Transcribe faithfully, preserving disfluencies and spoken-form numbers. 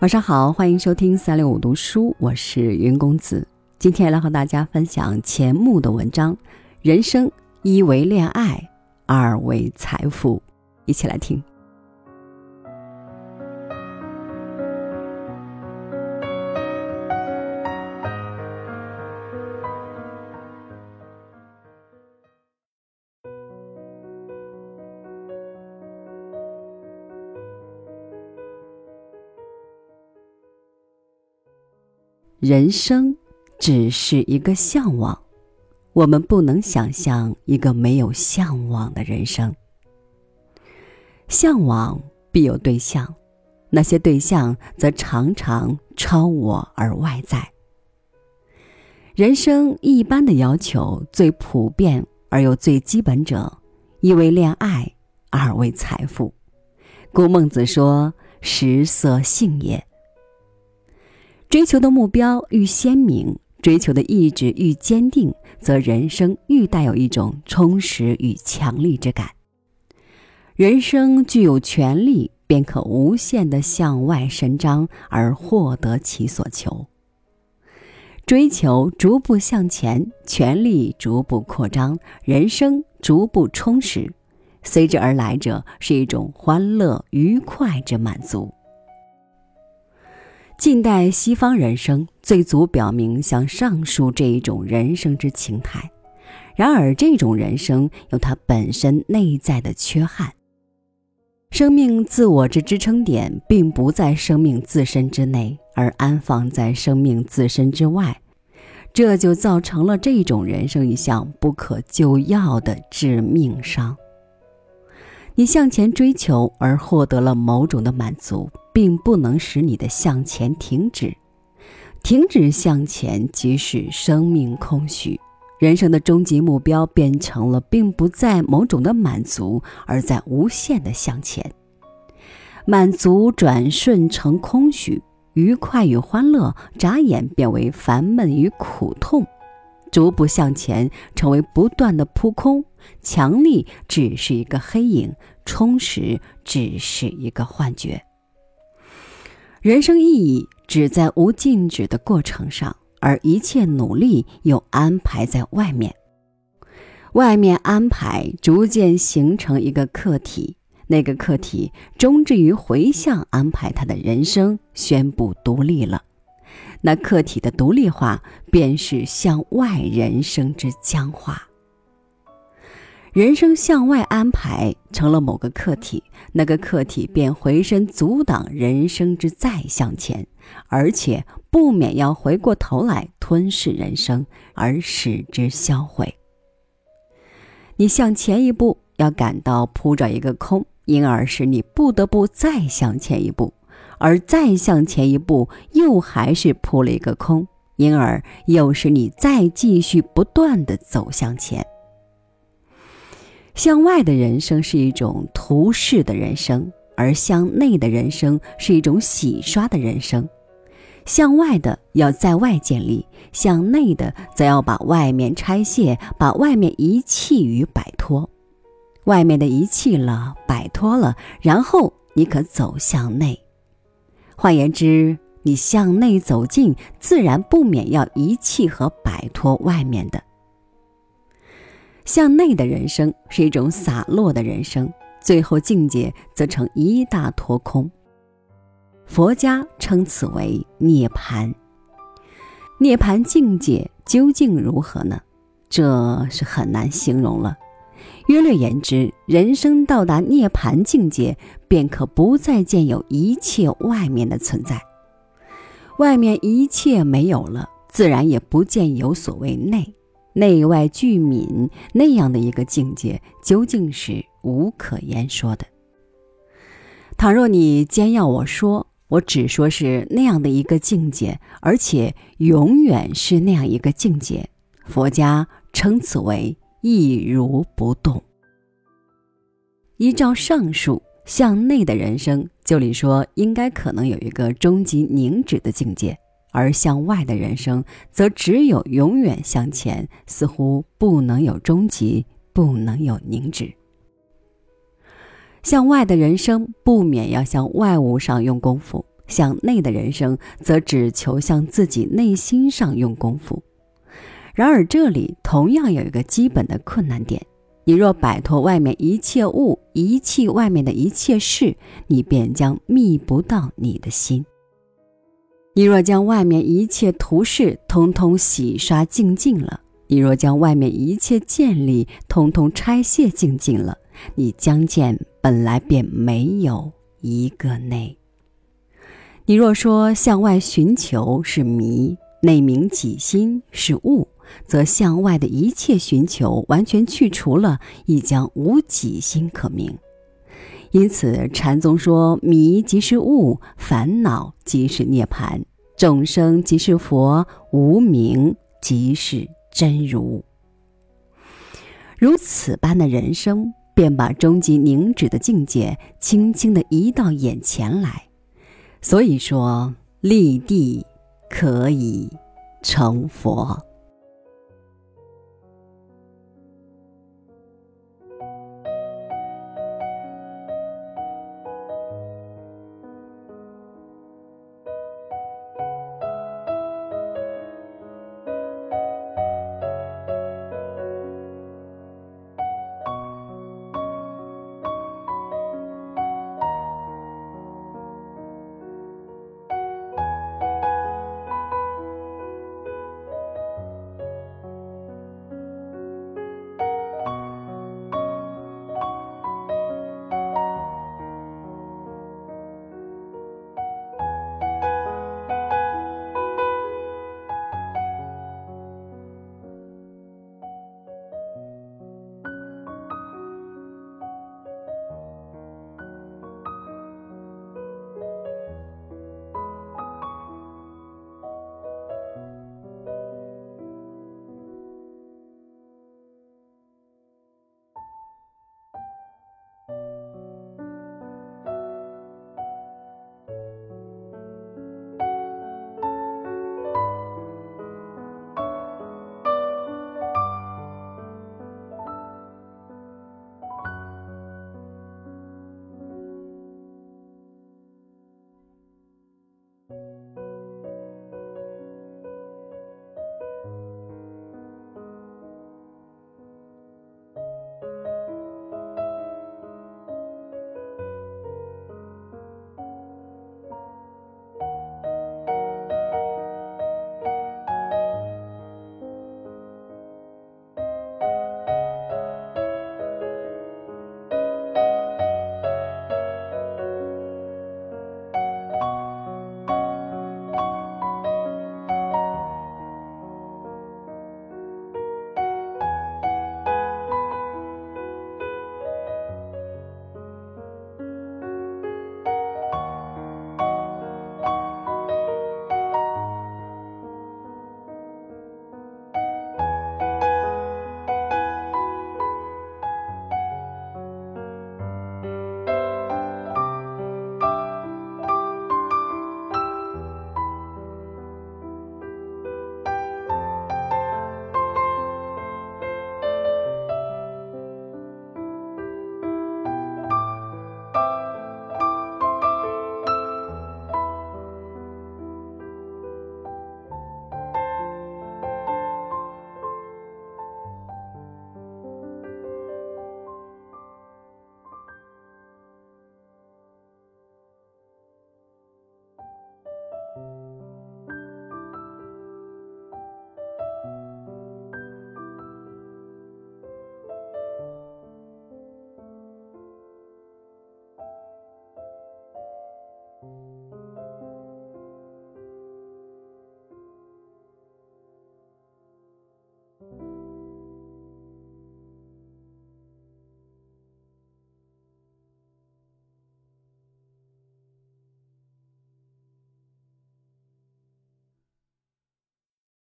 晚上好，欢迎收听三六五读书，我是云公子。今天来和大家分享钱穆的文章，人生一为恋爱，二为财富。一起来听。人生只是一个向往，我们不能想象一个没有向往的人生。向往必有对象，那些对象则常常超我而外在。人生一般的要求最普遍而又最基本者，一为恋爱，二为财富。故孟子说：食色性也。追求的目标愈鲜明，追求的意志愈坚定，则人生愈带有一种充实与强力之感。人生具有权力，便可无限地向外伸张，而获得其所求。追求逐步向前，权力逐步扩张，人生逐步充实，随之而来者是一种欢乐愉快之满足。近代西方人生最足表明像上述这一种人生之情态，然而这种人生有它本身内在的缺憾。生命自我之支撑点并不在生命自身之内，而安放在生命自身之外，这就造成了这种人生一项不可救药的致命伤。你向前追求而获得了某种的满足，并不能使你的向前停止。停止向前即使生命空虚，人生的终极目标变成了并不在某种的满足，而在无限的向前。满足转瞬成空虚，愉快与欢乐眨眼变为烦闷与苦痛。逐步向前成为不断的扑空，强力只是一个黑影，充实只是一个幻觉。人生意义只在无尽止的过程上，而一切努力又安排在外面。外面安排逐渐形成一个客体，那个客体终至于回向安排他的人生，宣布独立了。那客体的独立化便是向外人生之僵化。人生向外安排成了某个客体，那个客体便回身阻挡人生之再向前，而且不免要回过头来吞噬人生，而使之销毁。你向前一步，要感到扑着一个空，因而使你不得不再向前一步，而再向前一步又还是扑了一个空，因而又使你再继续不断地走向前。向外的人生是一种图示的人生，而向内的人生是一种洗刷的人生。向外的要在外建立，向内的则要把外面拆卸，把外面遗弃与摆脱。外面的遗弃了，摆脱了，然后你可走向内。换言之，你向内走近，自然不免要遗弃和摆脱外面的。向内的人生是一种洒落的人生，最后境界则成一大脱空。佛家称此为涅槃。涅槃境界究竟如何呢？这是很难形容了。约略言之，人生到达涅槃境界，便可不再见有一切外面的存在。外面一切没有了，自然也不见有所谓内。内外俱泯，那样的一个境界，究竟是无可言说的。倘若你坚要我说，我只说是那样的一个境界，而且永远是那样一个境界，佛家称此为一如不动。依照上述，向内的人生，就理说应该可能有一个终极凝止的境界，而向外的人生则只有永远向前，似乎不能有终极，不能有凝止。向外的人生不免要向外物上用功夫， 向内的人生则只求向自己内心上用功夫。然而这里同样有一个基本的困难点，你若摆脱外面一切物，遗弃外面的一切事，你便将觅不到你的心。你若将外面一切图示通通洗刷净尽了，你若将外面一切建立通通拆卸净尽了，你将见本来便没有一个内。你若说向外寻求是迷，内明己心是悟，则向外的一切寻求完全去除了，亦将无己心可明。因此禅宗说，迷即是悟，烦恼即是涅槃，众生即是佛，无明即是真如。如此般的人生，便把终极凝止的境界轻轻地移到眼前来。所以说，立地可以成佛。